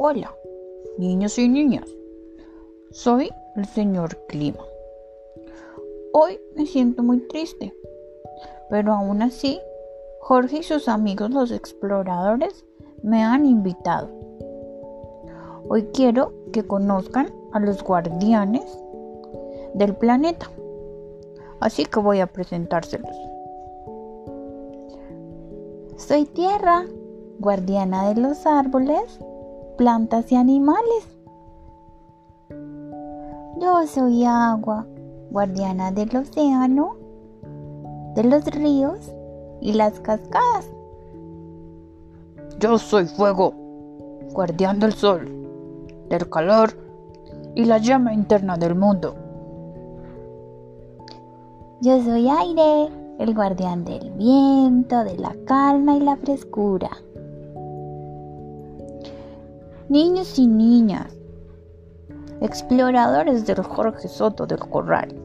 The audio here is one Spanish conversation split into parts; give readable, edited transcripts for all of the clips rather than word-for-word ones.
Hola, niños y niñas. Soy el señor Clima. Hoy me siento muy triste, pero aún así, Jorge y sus amigos los exploradores me han invitado. Hoy quiero que conozcan a los guardianes del planeta, así que voy a presentárselos. Soy Tierra, guardiana de los árboles, plantas y animales. Yo soy Agua, guardiana del océano, de los ríos y las cascadas. Yo soy Fuego, guardián del sol, del calor y la llama interna del mundo. Yo soy Aire, el guardián del viento, de la calma y la frescura. Niños y niñas, exploradores del Jorge Soto del Corral.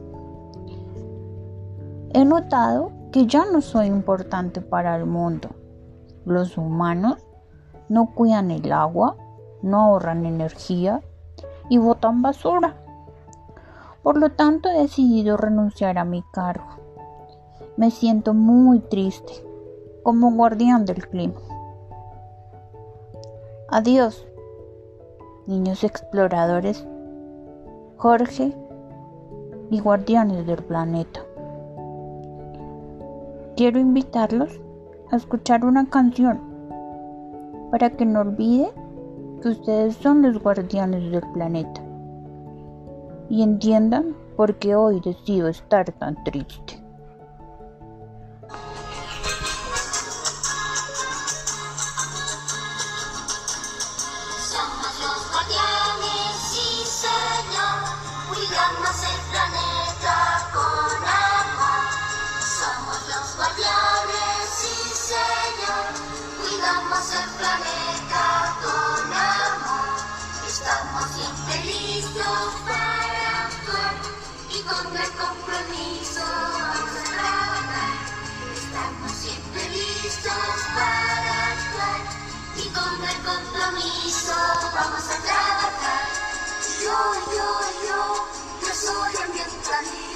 He notado que ya no soy importante para el mundo. Los humanos no cuidan el agua, no ahorran energía y botan basura. Por lo tanto, he decidido renunciar a mi cargo. Me siento muy triste como guardián del clima. Adiós, niños exploradores, Jorge y guardianes del planeta. Quiero invitarlos a escuchar una canción para que no olviden que ustedes son los guardianes del planeta y entiendan por qué hoy decido estar tan triste. Somos los guardianes, sí señor, cuidamos el planeta con amor. Somos los guardianes, sí señor, cuidamos el planeta con amor. Estamos siempre listos para actuar y con el compromiso vamos a trabajar. Estamos siempre listos para actuar y con el compromiso vamos a trabajar. Yo soy ambientalista.